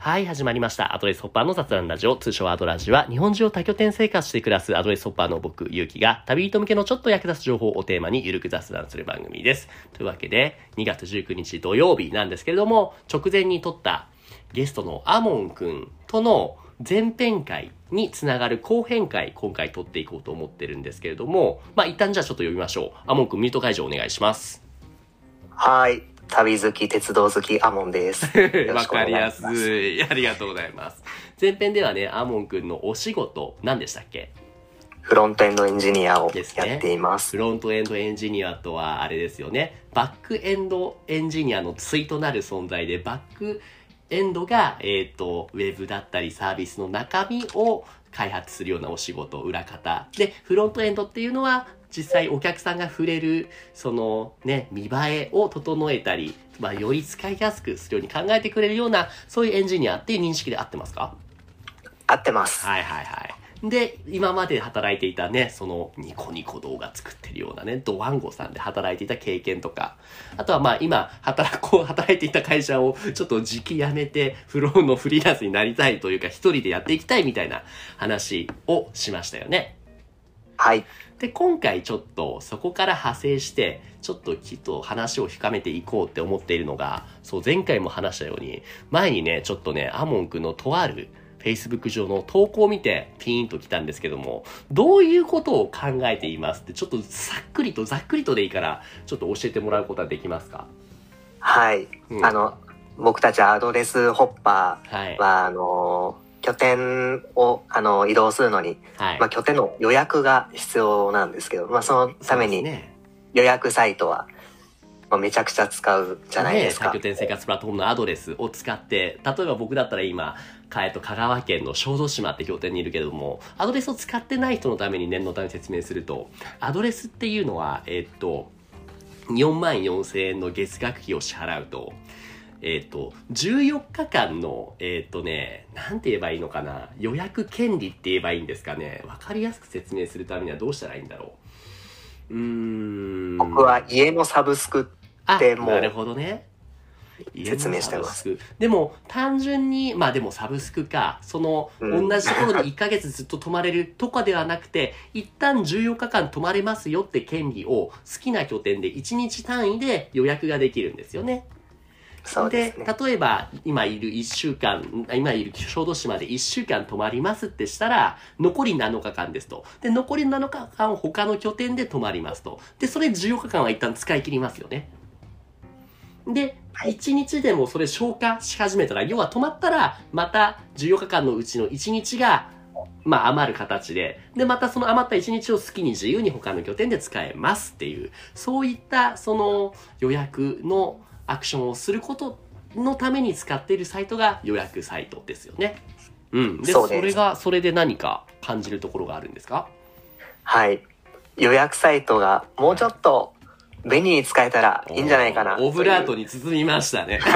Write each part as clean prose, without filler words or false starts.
はい、始まりました。アドレスホッパーの雑談ラジオ、通称アドラジは、日本中を多拠点生活して暮らすアドレスホッパーの僕、ゆうきが、旅人向けのちょっと役立つ情報をテーマにゆるく雑談する番組です。というわけで、2月19日土曜日なんですけれども、直前に撮ったゲストのアモンくんとの前編会につながる後編会、今回撮っていこうと思ってるんですけれども、一旦じゃあちょっと読みましょう。アモンくん、ミュート解除お願いします。 はい。旅好き、鉄道好き、アモンです。 わかりやすい。ありがとうございます。前編ではね、アモンくんのお仕事、何でしたっけ？ フロントエンドエンジニアをやっています。 フロントエンドエンジニアとは、あれですよね。バックエンドエンジニアの対となる存在で、バックエンドが、ウェブだったりサービスの中身を開発するようなお仕事、裏方。で、フロントエンドっていうのは、実際お客さんが触れる、そのね、見栄えを整えたり、より使いやすくするように考えてくれるような、そういうエンジニアっていう認識で合ってますか？ 合ってます。 はいはいはい。で、今まで働いていたね、そのニコニコ動画作ってるようなね、ドワンゴさんで働いていた経験とか、あとは今働いていた会社をちょっと時期辞めて、フリーランスになりたいというか、一人でやっていきたいみたいな話をしましたよね。 はい。 で、今回ちょっとそこから派生して、ちょっときっと話を深めていこうって思っているのが、そう、前回も話したように、前にね、ちょっとね、アモン君のとあるFacebook 上の投稿を見てピーンと来たんですけども、どういうことを考えていますって、ちょっとざっくりとでいいから、ちょっと教えてもらうことはできますか？ はい。僕たちアドレスホッパーは、拠点を移動するのに、拠点の予約が必要なんですけど、そのために予約サイトはめちゃくちゃ使うじゃないですか。 多拠点生活プラットフォームのアドレスを使って、例えば僕だったら今、香川県の小豆島って拠点にいるけれども、アドレスを使ってない人のために念のため説明すると、アドレスっていうのは、44,000円の月額費を支払うと、14日間の、なんて言えばいいのかな、予約権利って言えばいいんですかね。わかりやすく説明するためにはどうしたらいいんだろう。 僕は家のサブスクってもう、 なるほどね。 説明してます。 でも単純にでもサブスクか同じところに1ヶ月ずっと泊まれるとかではなくて、一旦14日間泊まれますよって権利を好きな拠点で1日単位で予約ができるんですよね。 そうですね。 例えば今いる小豆島で1週間泊まりますってしたら、残り7日間ですと。で、残り7日間他の拠点で泊まりますと。で、それ14日間は一旦使い切りますよね。で、1日でもそれ消化し始めたら、要は止まったら、また14日間のうちの1日が、余る形で、で、またその余った1日を好きに自由に他の拠点で使えますっていう、そういった予約のアクションをすることのために使っているサイトが予約サイトですよね。うん。で、それで何か感じるところがあるんですか？ はい。予約サイトがもうちょっと便利に使えたらいいんじゃないかな。 オブラートに包みましたね。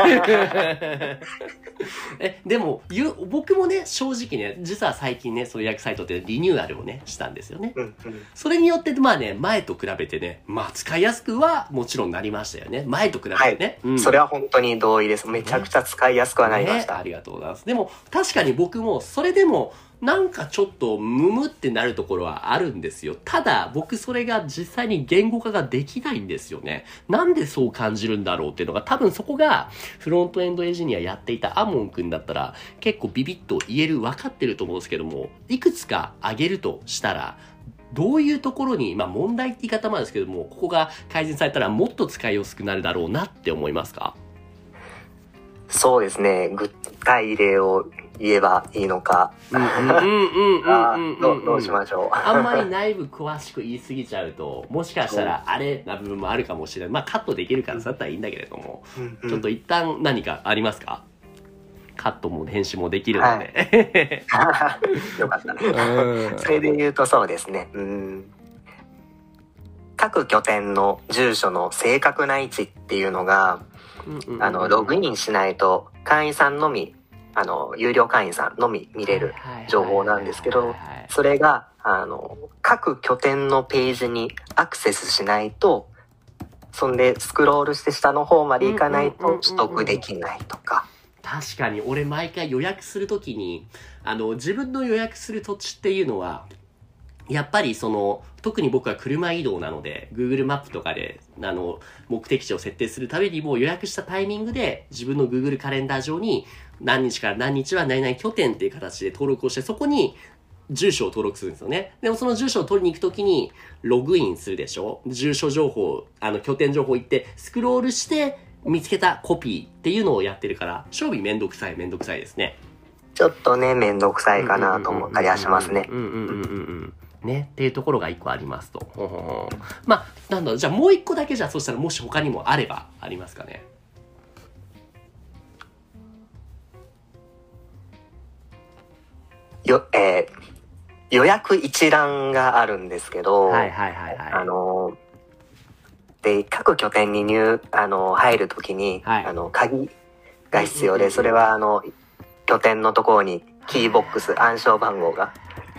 でも、僕もね、正直ね、実は最近ね、そういう予約サイトってリニューアルをね、したんですよね。それによって、前と比べてね、使いやすくはもちろんなりましたよね。前と比べてね。 はい。それは本当に同意です。めちゃくちゃ使いやすくはなりました。 ありがとうございます。でも、確かに僕も、それでも、なんかちょっとムムってなるところはあるんですよ。ただ、僕それが実際に言語化ができないんですよね。なんでそう感じるんだろうっていうのが、多分そこがフロントエンドエンジニアやっていたアモン君だったら結構ビビッと言える、分かってると思うんですけども、いくつか挙げるとしたら、どういうところに、問題って言い方もあるんですけども、ここが改善されたらもっと使いやすくなるだろうなって思いますか？ そうですね。具体例を言えばいいのか。どうしましょう。 あんまり内部詳しく言いすぎちゃうと、もしかしたらあれな部分もあるかもしれない。カットできるからだったらいいんだけれども、ちょっと一旦何かありますか？カットも編集もできるので。 はい、よかった。それで言うとそうですね。各拠点の住所の正確な位置っていうのが、ログインしないと会員さんのみ、有料会員さんのみ見れる情報なんですけど、それが各拠点のページにアクセスしないと、そんでスクロールして下の方まで行かないと取得できないとか、 確かに、俺毎回予約するときに、自分の予約する土地っていうのは、やっぱり特に僕は車移動なので、Google マップとかで、目的地を設定するためにも予約したタイミングで、自分の Google カレンダー上に、何日から何日は何々拠点っていう形で登録をして、そこに、住所を登録するんですよね。でもその住所を取りに行くときに、ログインするでしょ？住所情報、拠点情報行って、スクロールして、見つけたコピーっていうのをやってるから、正味めんどくさいですね。 ちょっとね、めんどくさいかなと思ったりはしますね。 ね、っていうところが一個ありますと。まあ、なんだろう、じゃあもう一個だけそしたらもし他にもあればありますかね。 予約一覧があるんですけど、で、各拠点に入るときに、鍵が必要で、それは拠点のところにキーボックス、暗証番号が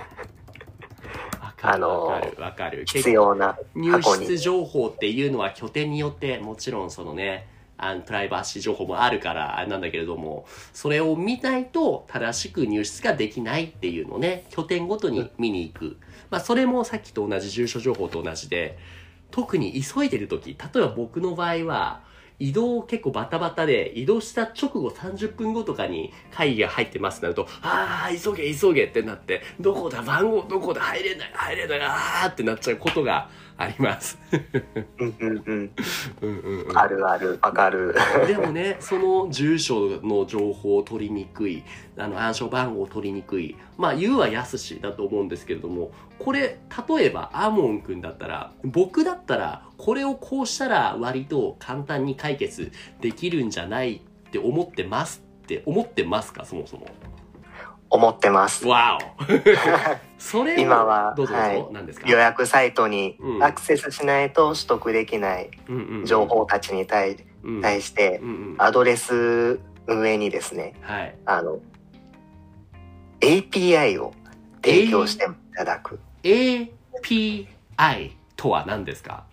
わかる。 必要な箱に。 入室情報っていうのは拠点によってもちろんプライバシー情報もあるからあれなんだけれども、それを見ないと正しく入室ができないっていうのをね、拠点ごとに見に行く。まあそれもさっきと同じ住所情報と同じで、特に急いでる時、例えば僕の場合は移動結構バタバタで、移動した直後30分後とかに会議が入ってますってなると、急げってなって、番号どこだ、入れない、ってなっちゃうことがあります。 あるある、わかる。 でもね、その住所の情報を取りにくい、暗証番号を取りにくい、まあ言うはやすしだと思うんですけれども、これ、例えばアモン君だったら、僕だったら、これをこうしたら割と簡単に解決できるんじゃないって思ってますか、そもそも。 思ってます。 わおそれを今はどうぞ、何ですか？ 予約サイトにアクセスしないと取得できない情報たちに対して、アドレス運営にですね、API を提供していただく。 API とは何ですか？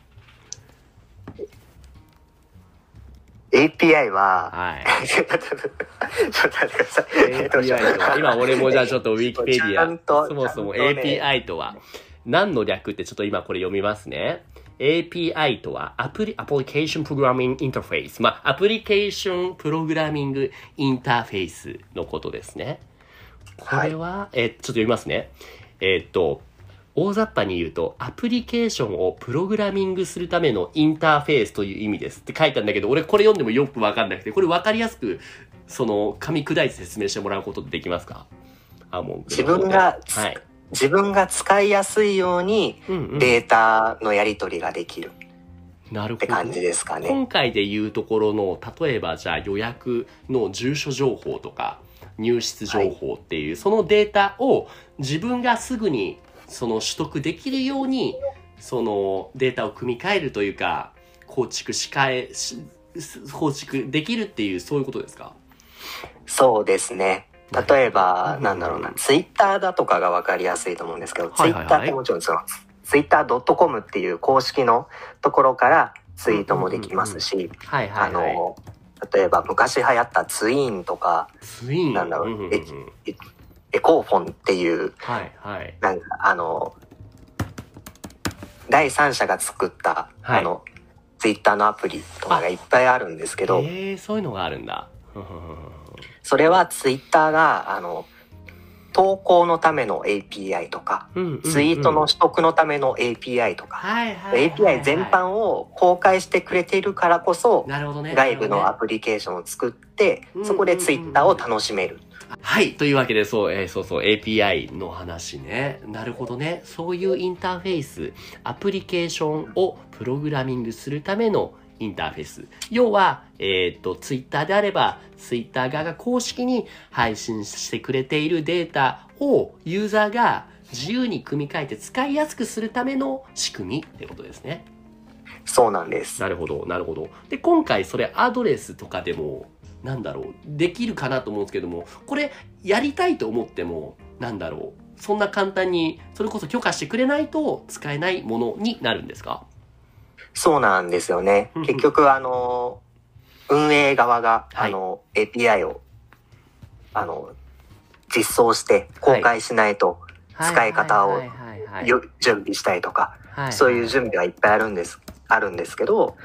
API は、 ちょっと待ってください。API とは、今俺もじゃあちょっとウィキペディア、そもそも API とは、何の略ってちょっと今これ読みますね。API とは、アプリケーションプログラミングインターフェース。まあ、アプリケーションプログラミングインターフェースのことですね。これは、ちょっと読みますね。大雑把に言うと、アプリケーションをプログラミングするためのインターフェースという意味ですって書いたんだけど、俺これ読んでもよくわかんなくて、これわかりやすく、噛み砕いて説明してもらうことできますか？ 自分が使いやすいようにデータのやり取りができる。 なるほど。 って感じですかね。 今回で言うところの、例えばじゃあ予約の住所情報とか、入室情報っていう、そのデータを自分がすぐに取得できるようにデータを組み替えるというか構築できるっていう、そういうことですか？ そうですね。例えば、ツイッターだとかが分かりやすいと思うんですけど、ツイッターってもちろんツイッター .com っていう公式のところからツイートもできますし、例えば昔流行ったツイーンとか、エコーフォンっていう、第三者が作った、ツイッターのアプリとかがいっぱいあるんですけど、 そういうのがあるんだ。 それはツイッターが、投稿のための API とか、ツイートの取得のための API とか、API 全般を公開してくれているからこそ、外部のアプリケーションを作って、そこでツイッターを楽しめる。 はい。というわけで、API の話ね。なるほどね。そういうインターフェース、アプリケーションをプログラミングするためのインターフェース。要は、ツイッターであれば、ツイッター側が公式に配信してくれているデータをユーザーが自由に組み替えて使いやすくするための仕組みってことですね。 そうなんです。 なるほど。で、今回それアドレスとかでも、できるかなと思うんですけども、これやりたいと思っても、そんな簡単に、それこそ許可してくれないと使えないものになるんですか？ そうなんですよね。結局運営側がAPI を実装して公開しないと使い方を準備したりとか、そういう準備はいっぱいあるんですけど、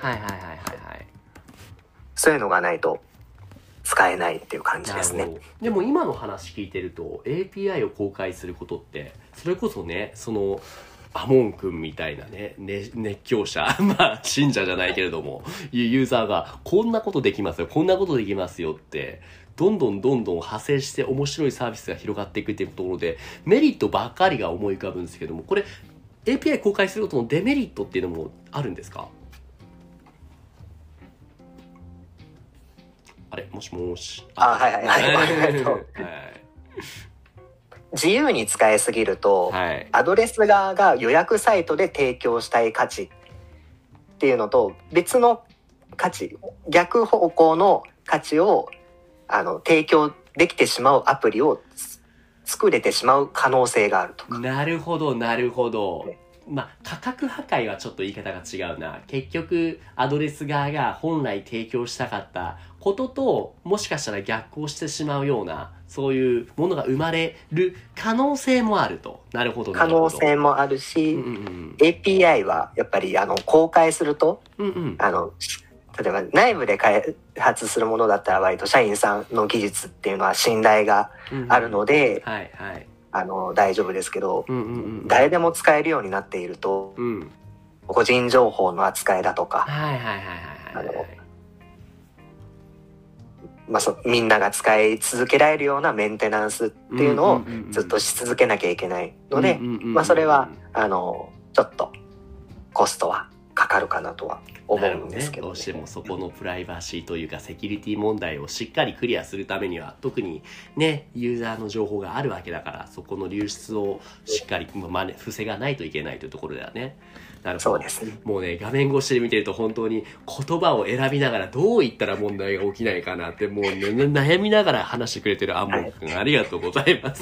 そういうのがないと使えないっていう感じですね。 でも今の話聞いてると API を公開することってそれこそね、そのアモン君みたいなね、熱狂者まあ信者じゃないけれどもユーザーがこんなことできますよ、こんなことできますよってどんどん派生して面白いサービスが広がっていくっていうところでメリットばっかりが思い浮かぶんですけども、これ API 公開することのデメリットっていうのもあるんですか？あれ、もしもし。 自由に使いすぎると、アドレス側が予約サイトで提供したい価値っていうのと別の価値、逆方向の価値を提供できてしまうアプリを作れてしまう可能性があるとか。 なるほど。まあ、価格破壊はちょっと言い方が違うな。結局、アドレス側が本来提供したかったことと、もしかしたら逆行してしまうような、そういうものが生まれる可能性もあると。なるほど。 可能性もあるし、API はやっぱり公開すると、例えば内部で開発するものだったら割と社員さんの技術っていうのは信頼があるので、大丈夫ですけど、誰でも使えるようになっていると、個人情報の扱いだとか、みんなが使い続けられるようなメンテナンスっていうのをずっとし続けなきゃいけないので、それはちょっとコストはかかるかなとは思うんですけど、 どうしてもそこのプライバシーというかセキュリティ問題をしっかりクリアするためには特にねユーザーの情報があるわけだから、そこの流出をしっかり防がないといけないというところだよね。なるほど。 そうですね。 もうね、画面越しで見てると本当に言葉を選びながらどう言ったら問題が起きないかなってもう、ね、悩みながら話してくれてるアンモン君、ありがとうございます。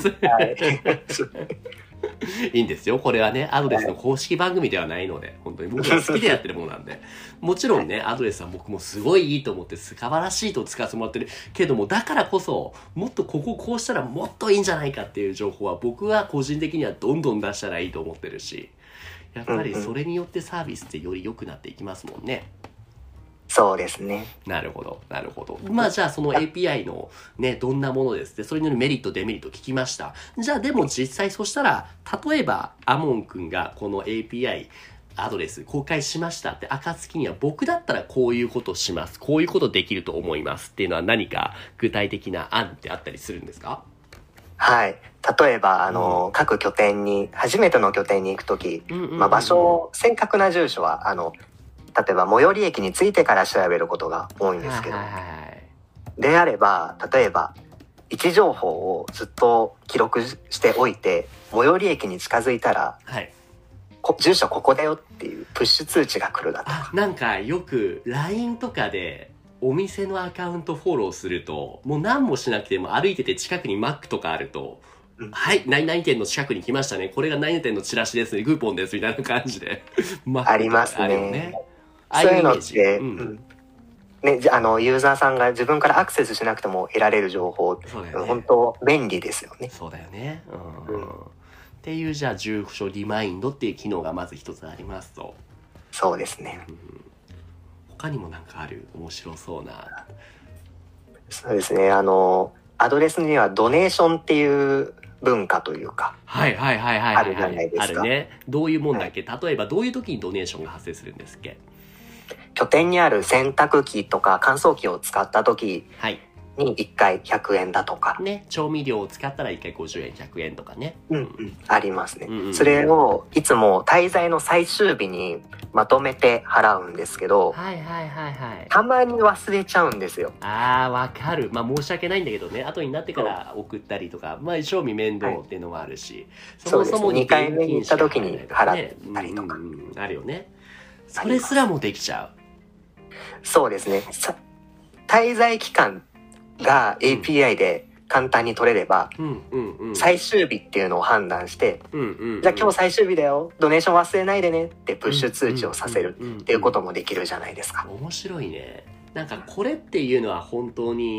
いいんですよ。これはね、アドレスの公式番組ではないので、本当に僕が好きでやってるものなんで。もちろんね、アドレスは僕もすごいいいと思って、素晴らしいと使わせてもらってるけども、だからこそ、もっとこうしたらもっといいんじゃないかっていう情報は、僕は個人的にはどんどん出したらいいと思ってるし、やっぱりそれによってサービスってより良くなっていきますもんね。 そうですね。 なるほど。まあじゃあその API のね、どんなものですって、それによるメリット、デメリット聞きました。じゃあでも実際そしたら、例えばアモン君がこの API アドレス公開しましたって暁には僕だったらこういうことします。こういうことできると思いますっていうのは何か具体的な案ってあったりするんですか？ はい。例えば、各拠点に、初めての拠点に行くとき、場所、正確な住所は、例えば最寄り駅に着いてから調べることが多いんですけど、であれば、例えば、位置情報をずっと記録しておいて、最寄り駅に近づいたら、住所ここだよっていうプッシュ通知が来るだとか。 なんかよく LINE とかで、お店のアカウントフォローすると、もう何もしなくても歩いてて近くにマックとかあると、はい、何々店の近くに来ましたね。これが何々店のチラシですね。クーポンです。みたいな感じで。 ありますね。そういうのって、ね、ユーザーさんが自分からアクセスしなくても得られる情報、本当便利ですよね。 そうだよね。っていう、じゃあ、住所リマインドっていう機能がまず一つありますと。 そうですね。 他にもなんかある面白そうな。 そうですね。アドレスにはドネーションっていう文化というか。あるじゃないですか。 あるね。どういうもんだっけ？例えばどういう時にドネーションが発生するんですっけ？ 拠点にある洗濯機とか乾燥機を使った時に1回100円だとか。 ね。調味料を使ったら1回50円、100円とかね。 ありますね。それをいつも滞在の最終日にまとめて払うんですけど、たまに忘れちゃうんですよ。 わかる。まあ申し訳ないんだけどね、後になってから送ったりとか、まあ賞味面倒っていうのもあるし、 そもそも2回目に行った時に払ったりとか。 あるよね。それすらもできちゃう。 そうですね。滞在期間が API で簡単に取れれば、最終日っていうのを判断して、じゃあ今日最終日だよ、ドネーション忘れないでねってプッシュ通知をさせるっていうこともできるじゃないですか。 面白いね。なんかこれっていうのは本当に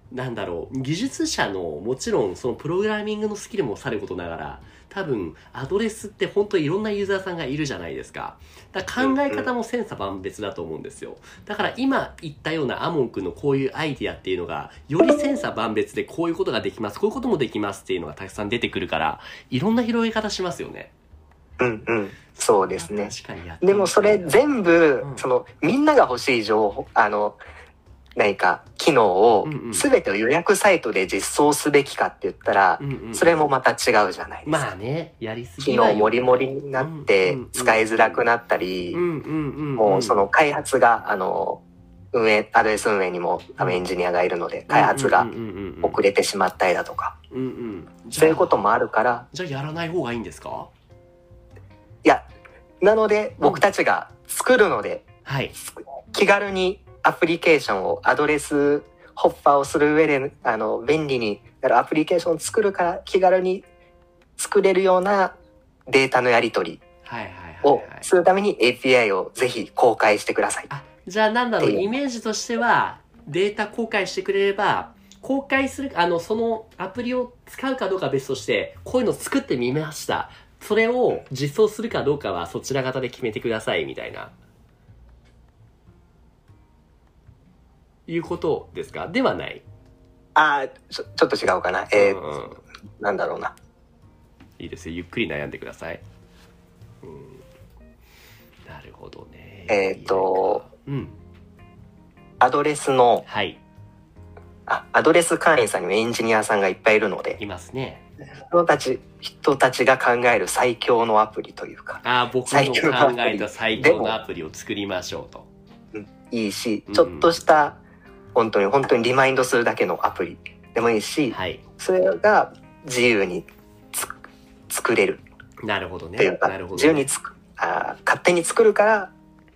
なんだろう、技術者のもちろんそのプログラミングのスキルもさることながら、多分アドレスって本当にいろんなユーザーさんがいるじゃないですか。だから考え方も千差万別だと思うんですよ。だから今言ったようなアモン君のこういうアイディアっていうのが、より千差万別でこういうことができます、こういうこともできますっていうのがたくさん出てくるから、いろんな広げ方しますよね。 うんうん。そうですね。 確かにでもそれ全部、みんなが欲しい情報、何か機能を全てを予約サイトで実装すべきかって言ったら、それもまた違うじゃないですか。 まあね、やりすぎ機能もりもりになって使いづらくなったり、もうその開発が、アドレス運営にもエンジニアがいるので、開発が遅れてしまったりだとか、そういうこともあるから。 じゃあやらない方がいいんですか？ いや、なので僕たちが作るので、気軽にアプリケーションをアドレスホッパーをする上で便利になるアプリケーションを作るから気軽に作れるようなデータのやり取りをするために API をぜひ公開してください。 じゃあなんだろう、イメージとしてはデータ公開してくれれば、公開するそのアプリを使うかどうかは別として、こういうの作ってみました、それを実装するかどうかはそちら方で決めてくださいみたいないうことですか？ではない。 ちょっと違うかな。なんだろうな。 いいですよ。ゆっくり悩んでください。なるほどね。 アドレスの、アドレス会員さんにもエンジニアさんがいっぱいいるので。 いますね。 人たちが考える最強のアプリというか。 僕の考えた最強のアプリを作りましょうと。 いいし、ちょっとした、本当にリマインドするだけのアプリでもいいし、それが自由に作れる。 なるほどね。 というか、自由に勝手に作るから、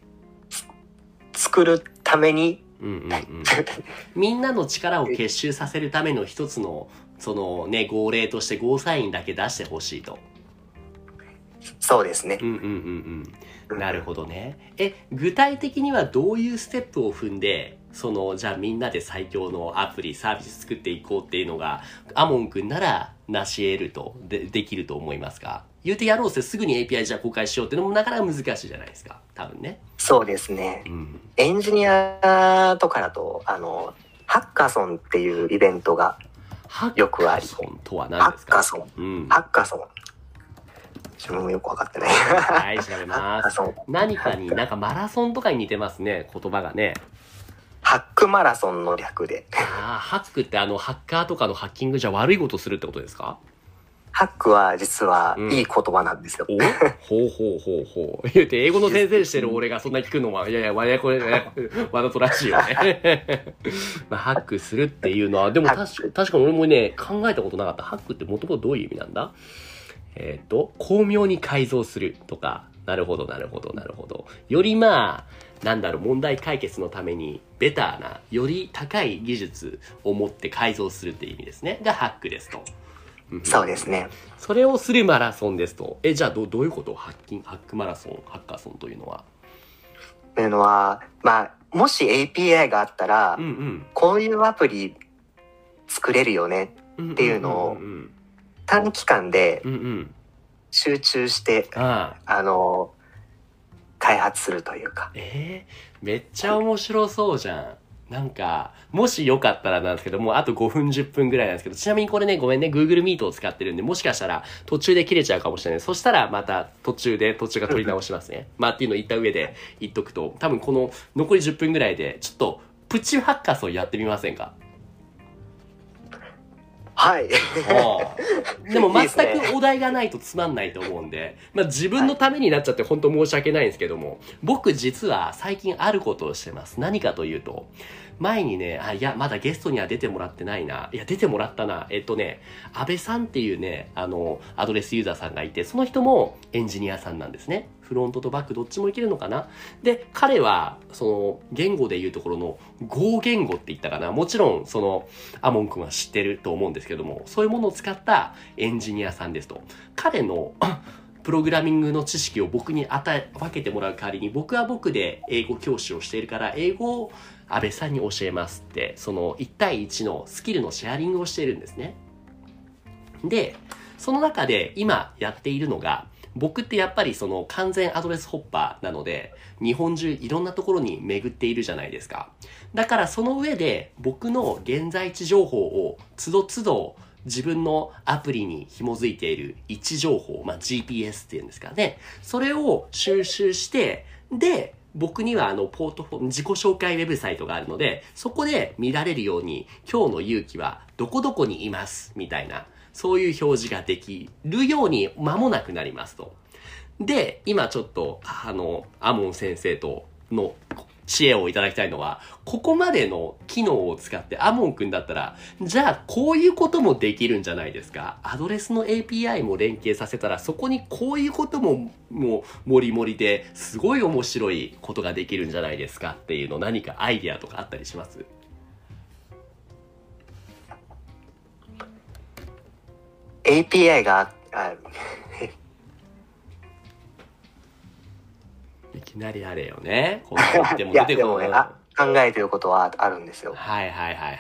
作るために、 みんなの力を結集させるための一つの、号令としてゴーサインだけ出してほしいと。 そうですね。 なるほどね。具体的にはどういうステップを踏んで、じゃあみんなで最強のアプリ、サービス作っていこうっていうのが、アモン君なら成し得ると、できると思いますか？言うてやろうってすぐに API じゃあ公開しようっていうのもなかなか難しいじゃないですか。多分ね。 そうですね。エンジニアとかだと、ハッカソンっていうイベントがよくあり。 ハッカソンとは何ですか？ ハッカソン。自分もよくわかってない。 はい、調べます。何かに、マラソンとかに似てますね、言葉がね。 ハックマラソンの略で。 ハックってハッカーとかのハッキングじゃ悪いことするってことですか？ ハックは実はいい言葉なんですよ。 ほう。言うて、英語の先生してる俺がそんな聞くのは、いや、これね、わざとらしいよね。ハックするっていうのは、でも確かに俺もね、考えたことなかった。ハックってもともとどういう意味なんだ？巧妙に改造するとか、なるほど。より問題解決のために、ベターな、より高い技術を持って改造するっていう意味ですね。がハックですと。 そうですね。 それをするマラソンですと。じゃあどういうこと？ハックマラソン、ハッカーソンというのは。 というのは、もし API があったら、こういうアプリ作れるよねっていうのを、短期間で集中して、開発するというか。 めっちゃ面白そうじゃん。もしよかったらなんですけども、あと5分10分ぐらいなんですけど、ちなみにこれね、ごめんね、Google Meet を使ってるんで、もしかしたら途中で切れちゃうかもしれない。そしたらまた途中が取り直しますね。っていうのを言った上で言っとくと、多分この残り10分ぐらいで、ちょっとプチハッカソンやってみませんか？ はい。 でも全くお題がないとつまんないと思うんで、自分のためになっちゃって本当申し訳ないんですけども、僕実は最近あることをしてます。何かというと、前にね、まだゲストには出てもらってないな。出てもらったな。安倍さんっていうね、アドレスユーザーさんがいて、その人もエンジニアさんなんですね。フロントとバックどっちもいけるのかな。で、彼は、言語で言うところの Go 言語って言ったかな。もちろん、アモン君は知ってると思うんですけども、そういうものを使ったエンジニアさんですと。彼のプログラミングの知識を僕に分けてもらう代わりに、僕は僕で英語教師をしているから、英語を安倍さんに教えますって、その1対1のスキルのシェアリングをしているんですね。で、その中で今やっているのが、僕ってやっぱりその完全アドレスホッパーなので、日本中いろんなところに巡っているじゃないですか。だからその上で僕の現在地情報を都度都度自分のアプリに紐づいている位置情報、GPS っていうんですかね。それを収集して、で、僕にはポートフォ自己紹介ウェブサイトがあるので、そこで見られるように、今日の勇気はどこどこにいます、みたいな。そういう表示ができるように間もなくなりますと。で、今ちょっと、アモン先生との知恵をいただきたいのは、ここまでの機能を使ってアモンくんだったら、じゃあこういうこともできるんじゃないですか。アドレスの API も連携させたら、そこにこういうことも、もう、もりもりですごい面白いことができるんじゃないですかっていうの、何かアイデアとかあったりします？ API がいきなりあれよね。こんな言っても出てこない。 考えてることはあるんですよ。 はいはいはいはいはい。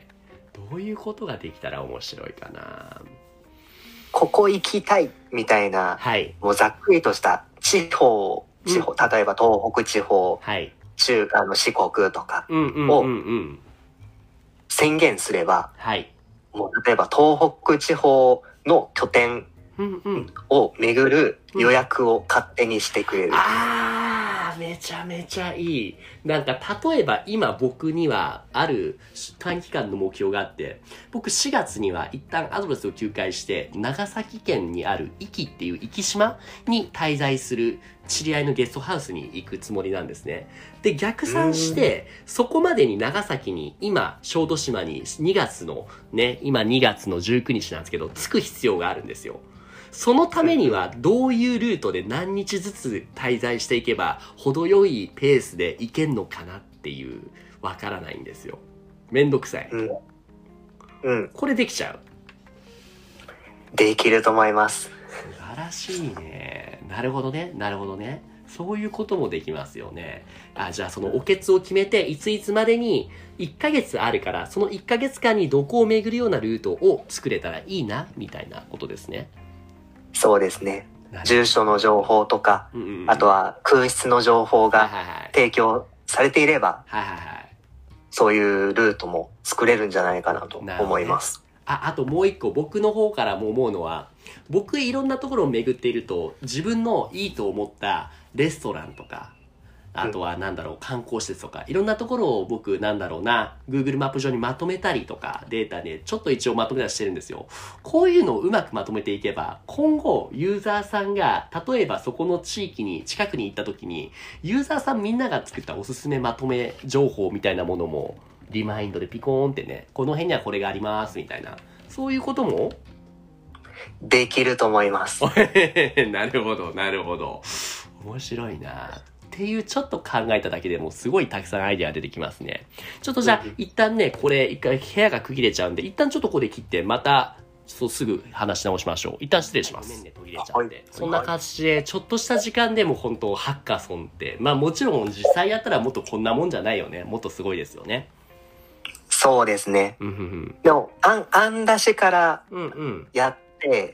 どういうことができたら面白いかな。 ここ行きたいみたいな、はい、もうざっくりとした地方、例えば東北地方、はい、四国とかを宣言すれば、はい、もう例えば東北地方の拠点を巡る予約を勝手にしてくれる。 めちゃめちゃいい。なんか例えば今僕にはある短期間の目標があって、僕4月には一旦アドレスを休会して長崎県にある壱岐っていう壱岐島に滞在する知り合いのゲストハウスに行くつもりなんですね。で、逆算してそこまでに長崎に今小豆島に2月のね、今2月の19日なんですけど着く必要があるんですよ。そのためにはどういうルートで何日ずつ滞在していけば程よいペースで行けんのかなっていうわからないんですよ。めんどくさい。これできちゃう？ できると思います。 素晴らしいね。なるほどね。なるほどね。そういうこともできますよね。じゃあそのおけつを決めていついつまでに1ヶ月あるからその1ヶ月間にどこを巡るようなルートを作れたらいいなみたいなことですね。 そうですね。住所の情報とか、あとは空室の情報が提供されていれば、そういうルートも作れるんじゃないかなと思います。 あともう一個僕の方からも思うのは、僕いろんなところを巡っていると自分のいいと思ったレストランとか、あとは観光施設とか、いろんなところを僕Google マップ上にまとめたりとか、データでちょっと一応まとめたりしてるんですよ。こういうのをうまくまとめていけば、今後ユーザーさんが、例えばそこの地域に、近くに行った時に、ユーザーさんみんなが作ったおすすめまとめ情報みたいなものも、リマインドでピコーンってね、この辺にはこれがありますみたいな、そういうこともできると思います。 なるほど、なるほど。面白いな。っていうちょっと考えただけでもすごいたくさんアイデア出てきますね。ちょっとじゃあ一旦ね、これ一回部屋が区切れちゃうんで、一旦ちょっとここで切ってまたすぐ話し直しましょう。一旦失礼します。途切れちゃって。そんな感じでちょっとした時間でも本当ハッカソンってもちろん実際やったらもっとこんなもんじゃないよね。もっとすごいですよね。 そうですね。でも案出しからやって、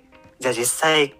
じゃあ実際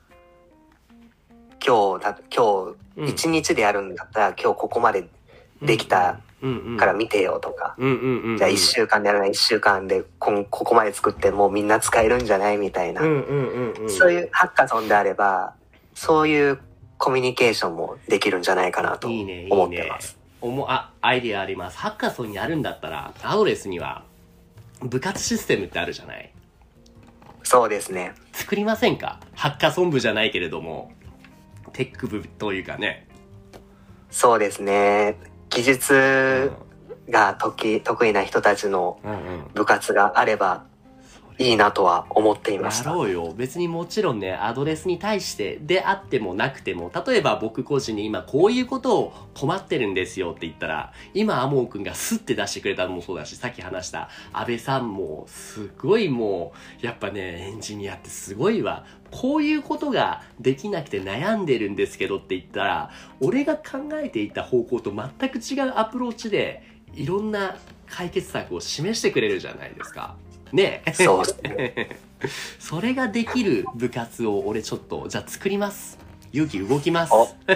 今日一日でやるんだったら今日ここまでできたから見てよとか、じゃあ1週間でやるなら1週間でここまで作ってもうみんな使えるんじゃないみたいな、そういうハッカソンであればそういうコミュニケーションもできるんじゃないかなと思ってます。 アイディアあります。ハッカソンやるんだったらアドレスには部活システムってあるじゃない。 そうですね。 作りませんか？ハッカソン部じゃないけれどもテック部というかね。 そうですね。技術が得意な人たちの部活があれば、 いいなとは思っていました。 やろうよ。別にもちろんね、アドレスに対してであってもなくても、例えば僕個人に今こういうことを困ってるんですよって言ったら、今アモン君がスッて出してくれたのもそうだし、さっき話した安倍さんもすごいもう、やっぱね、エンジニアってすごいわ。こういうことができなくて悩んでるんですけどって言ったら、俺が考えていた方向と全く違うアプローチで、いろんな解決策を示してくれるじゃないですか。ねえ。 そうですね。 それができる部活を俺ちょっと、じゃあ作ります。勇気動きます。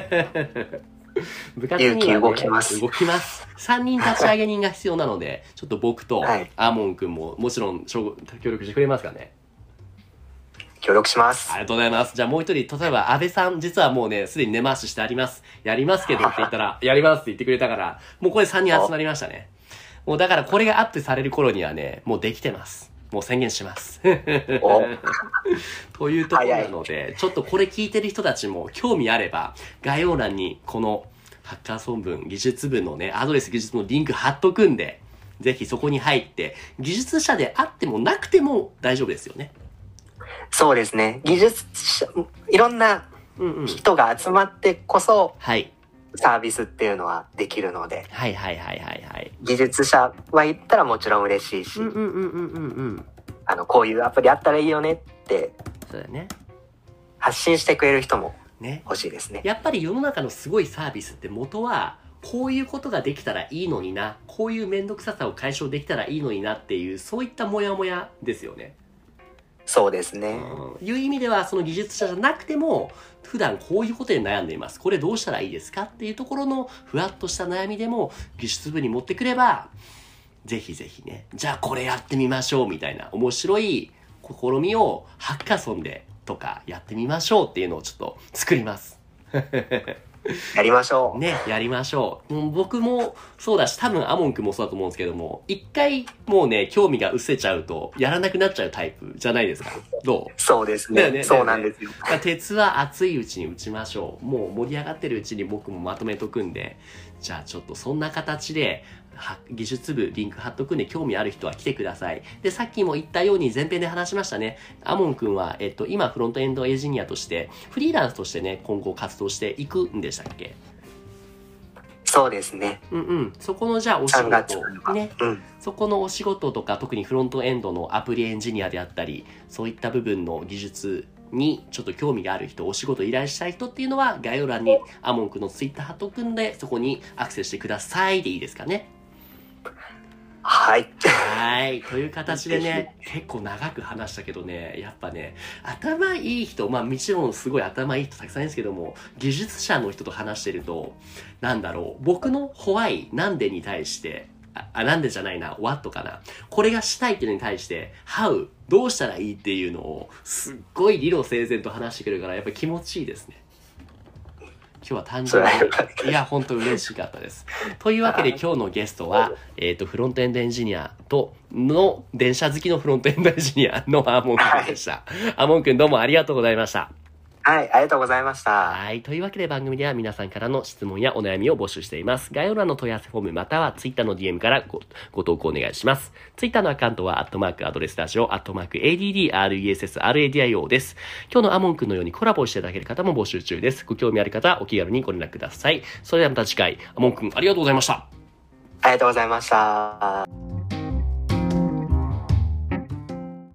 部活には、ね、 勇気動きます。 動きます。3人立ち上げ人が必要なので、ちょっと僕とアーモン君ももちろん協力してくれますかね。 協力します。 ありがとうございます。じゃあもう一人、例えば安倍さん、実はもうね、すでに根回ししてあります。やりますけどって言ったら、やりますって言ってくれたから、もうこれ3人集まりましたね。もうだからこれがアップされる頃にはね、もうできてます。もう宣言します。というところなので、ちょっとこれ聞いてる人たちも興味あれば、概要欄にこのハッカーソン文、技術部のね、アドレス技術のリンク貼っとくんで、ぜひそこに入って、技術者であってもなくても大丈夫ですよね。 そうですね。技術者、いろんな人が集まってこそ、はい。サービスっていうのはできるので。 はいはいはいはいはい。 技術者は言ったらもちろん嬉しいし。こういうアプリあったらいいよねって。 そうだね。 発信してくれる人も欲しいですね。 やっぱり世の中のすごいサービスって元は、こういうことができたらいいのにな。こういうめんどくささを解消できたらいいのになっていう、そういったモヤモヤですよね。 そうですね。 いう意味では、その技術者じゃなくても、普段こういうことで悩んでいます。これどうしたらいいですかっていうところのふわっとした悩みでも技術部に持ってくれば、ぜひぜひね、じゃあこれやってみましょうみたいな面白い試みをハッカソンでとかやってみましょうっていうのをちょっと作ります。 やりましょう。 ね、やりましょう。僕もそうだし、多分アモン君もそうだと思うんですけども、一回もうね、興味が失せちゃうと、やらなくなっちゃうタイプじゃないですか。どう？ そうですね。ね、そうなんですよ。 鉄は熱いうちに打ちましょう。もう盛り上がってるうちに僕もまとめとくんで、じゃあちょっとそんな形で、技術部リンク貼っとくんで興味ある人は来てください。で、さっきも言ったように前編で話しましたね。アモン君は、今フロントエンドエンジニアとして、フリーランスとしてね、今後活動していくんでしたっけ？ そうですね。 そこのじゃあお仕事、ね、そこのお仕事とか、特にフロントエンドのアプリエンジニアであったり、そういった部分の技術にちょっと興味がある人、お仕事依頼したい人っていうのは、概要欄にアモン君のツイッター貼っとくんで、そこにアクセスしてくださいでいいですかね。 はい。 はい。という形でね、結構長く話したけどね、やっぱね、頭いい人、もちろんすごい頭いい人たくさんいるんですけども、技術者の人と話してると、なんだろう、僕のホワイ、なんでに対して、なんでじゃないな、what かな。これがしたいっていうのに対して、how、どうしたらいいっていうのを、すっごい理路整然と話してくれるから、やっぱり気持ちいいですね。今日は単純に、いや、本当嬉しかったです。というわけで今日のゲストは、フロントエンドエンジニアの電車好きのフロントエンドエンジニアのアーモン君でした。アーモン君どうもありがとうございました。 はい、ありがとうございました。 はい。というわけで番組では皆さんからの質問やお悩みを募集しています。概要欄の問い合わせフォームまたは Twitter の DM からご投稿お願いします。Twitter のアカウントは、アドレスラジオ、@ADDRESSRADIO です。今日のアモン君のようにコラボしていただける方も募集中です。ご興味ある方はお気軽にご連絡ください。それではまた次回、アモン君ありがとうございました。 ありがとうございました。